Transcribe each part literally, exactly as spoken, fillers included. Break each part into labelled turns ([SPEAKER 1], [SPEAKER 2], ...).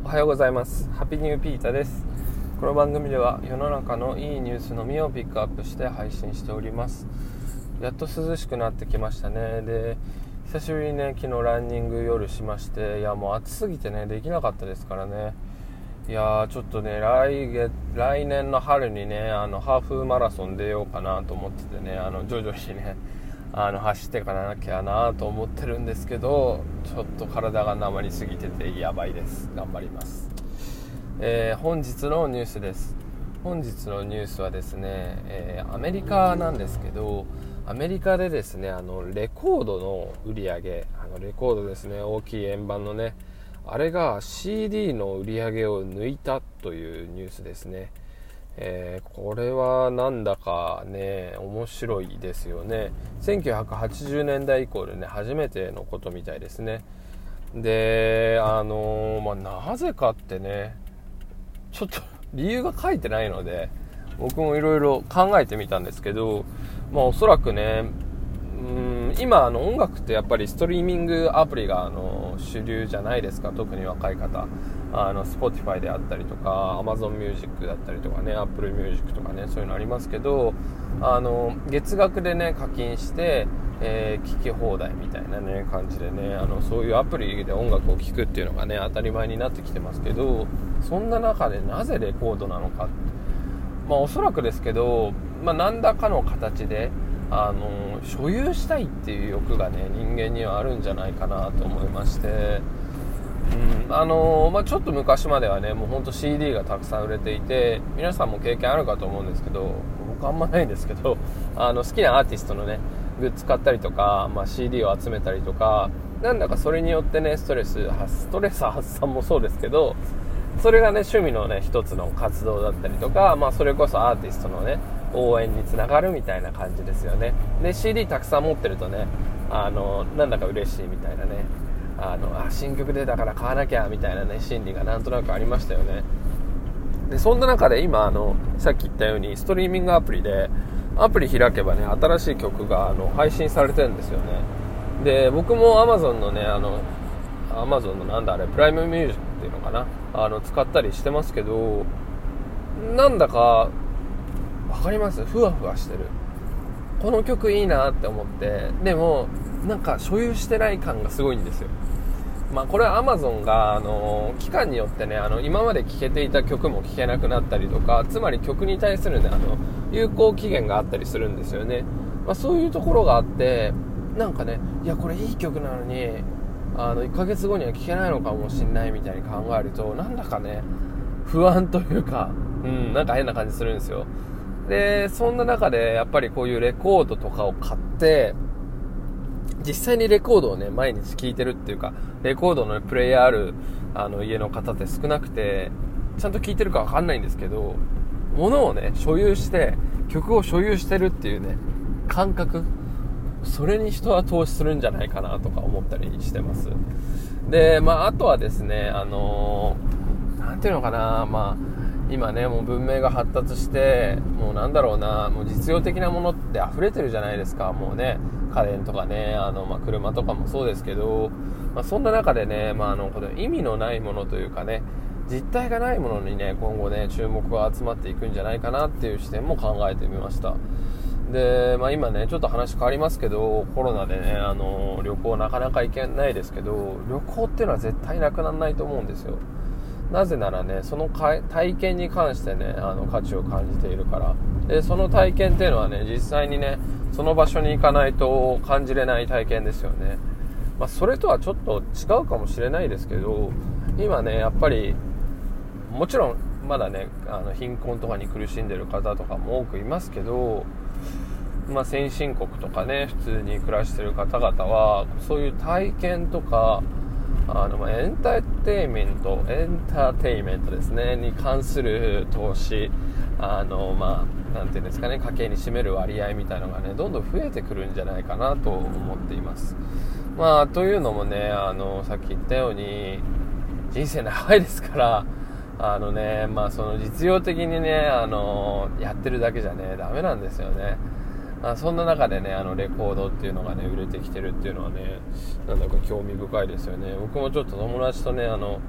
[SPEAKER 1] おはようございます。ハッピーニューピーターです。この番組では世の中のいいニュースのみをピックアップして配信しております。やっと涼しくなってきましたね。で、久しぶりにね、昨日ランニング夜しまして、いやもう暑すぎてねできなかったですからね。いやーちょっとね来月来年の春にねあのハーフマラソン出ようかなと思っててね、あの徐々にねあの走っていかなきゃなと思ってるんですけど、ちょっと体がなまりすぎててやばいです。頑張ります。えー、本日のニュースです。本日のニュースはですね、えー、アメリカなんですけど、アメリカでですねあのレコードの売り上げ、あのレコードですね、大きい円盤のね、あれが シーディー の売り上げを抜いたというニュースですね。えー、これはなんだかね面白いですよね。せんきゅうひゃくはちじゅうねんだい以降でね初めてのことみたいですね。であのー、まあなぜかってねちょっと理由が書いてないので僕もいろいろ考えてみたんですけど、まあおそらくねうん今あの音楽ってやっぱりストリーミングアプリがあの主流じゃないですか。特に若い方、あの Spotify であったりとか Amazon Music だったりとかね Apple Music とかね、そういうのありますけど、あの月額でね課金して、えー、聴き放題みたいなね感じでね、あのそういうアプリで音楽を聴くっていうのがね当たり前になってきてますけど、そんな中でなぜレコードなのか、まあおそらくですけど、まあ何らかの形であの所有したいっていう欲がね人間にはあるんじゃないかなと思いまして、うんあのまあ、ちょっと昔まではねもうほんと シーディー がたくさん売れていて、皆さんも経験あるかと思うんですけど、僕あんまないんですけど、あの好きなアーティストのねグッズ買ったりとか、まあ、シーディー を集めたりとか、なんだかそれによってねストレスストレス発散もそうですけど、それがね趣味のね一つの活動だったりとか、まあ、それこそアーティストのね応援につながるみたいな感じですよね。で シーディー たくさん持ってるとね、あのなんだか嬉しいみたいなね、あのあ新曲出たから買わなきゃみたいなね心理がなんとなくありましたよね。でそんな中で今あのさっき言ったようにストリーミングアプリでアプリ開けばね新しい曲があの配信されてるんですよね。で僕も Amazon のねあの Amazon のなんだあれプライムミュージックっていうのかな、あの使ったりしてますけど、なんだかわかります？ふわふわしてる。この曲いいなって思って、でもなんか所有してない感がすごいんですよ。まあこれは Amazon があの期間によってね、あの今まで聴けていた曲も聴けなくなったりとか、つまり曲に対するねあの有効期限があったりするんですよね。まあそういうところがあって、なんかね、いやこれいい曲なのにあのいっかげつごには聴けないのかもしれないみたいに考えると、なんだかね不安というか、うんなんか変な感じするんですよ。でそんな中でやっぱりこういうレコードとかを買って実際にレコードをね毎日聴いてるっていうか、レコードのプレイヤーあるあの家の方って少なくて、ちゃんと聴いてるか分かんないんですけど、物をね所有して曲を所有してるっていうね感覚、それに人は投資するんじゃないかなとか思ったりしてます。でまああとはですね、あのー、なんていうのかな、まあ今ねもう文明が発達して、もうなんだろうな、もう実用的なものって溢れてるじゃないですか。もうね家電とかね、あの、まあ、車とかもそうですけど、まあ、そんな中でね、まあ、あのこの意味のないものというかね、実体がないものにね今後ね注目が集まっていくんじゃないかなっていう視点も考えてみました。で、まあ、今ねちょっと話変わりますけど、コロナでねあの旅行なかなか行けないですけど、旅行っていうのは絶対なくならないと思うんですよ。なぜならねその体験に関してねあの価値を感じているから。でその体験っていうのはね実際にねその場所に行かないと感じれない体験ですよね。まあ、それとはちょっと違うかもしれないですけど、今ねやっぱりもちろんまだねあの貧困とかに苦しんでる方とかも多くいますけど、まあ、先進国とかね普通に暮らしてる方々はそういう体験とかあの、まあ、エンターテイメントエンターテイメントですねに関する投資、あのまあなんていうんですかね、家計に占める割合みたいなのがねどんどん増えてくるんじゃないかなと思っています。まあというのもね、あのさっき言ったように人生長いですから、あのねまあその実用的にねあのやってるだけじゃねダメなんですよね。あそんな中でねあのレコードっていうのがね売れてきてるっていうのはねなんだか興味深いですよね。僕もちょっと友達とねあの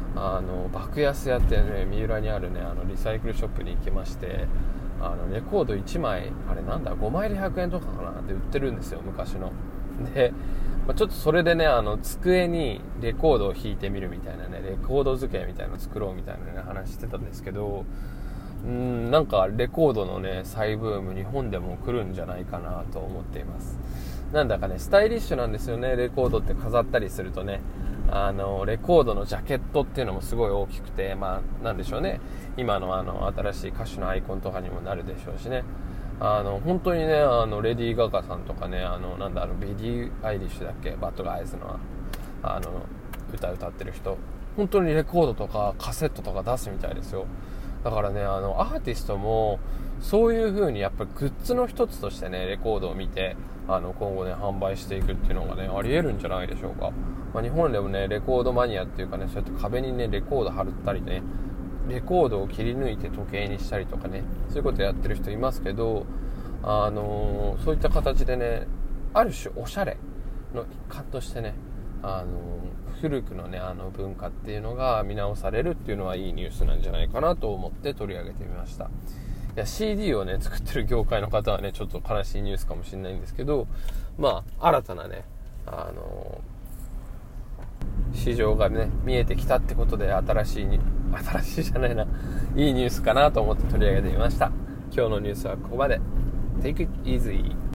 [SPEAKER 1] あの爆安屋ってね、三浦にあるねあのリサイクルショップに行きまして、あのレコードいちまいあれなんだごまいでひゃくえんとかかなって売ってるんですよ、昔の。で、まあ、ちょっとそれでねあの机にレコードを弾いてみるみたいなね、レコード机みたいなの作ろうみたいなね話してたんですけど、うーんなんかレコードのね再ブーム日本でも来るんじゃないかなと思っています。なんだかねスタイリッシュなんですよね、レコードって飾ったりするとね。あのレコードのジャケットっていうのもすごい大きくて、まあなんでしょうね、今のあの新しい歌手のアイコンとかにもなるでしょうしね。あの本当にねあのレディー・ガガさんとかね、あのなんだあのビリー・アイリッシュだっけ、バッドガイズのあの歌歌ってる人、本当にレコードとかカセットとか出すみたいですよ。だからねあのアーティストもそういう風にやっぱりグッズの一つとしてねレコードを見てあの今後ね販売していくっていうのがねありえるんじゃないでしょうか。まあ、日本でもねレコードマニアっていうかね、そうやって壁にねレコード貼ったりね、レコードを切り抜いて時計にしたりとかね、そういうことやってる人いますけど、あのー、そういった形でねある種おしゃれの一環としてね、あのー、古くのねあの文化っていうのが見直されるっていうのはいいニュースなんじゃないかなと思って取り上げてみました。いや シーディー をね作ってる業界の方はねちょっと悲しいニュースかもしれないんですけど、まあ新たなねあのー市場がね見えてきたってことで、新しいに新しいじゃないないいニュースかなと思って取り上げてみました。今日のニュースはここまで。 Take it easy.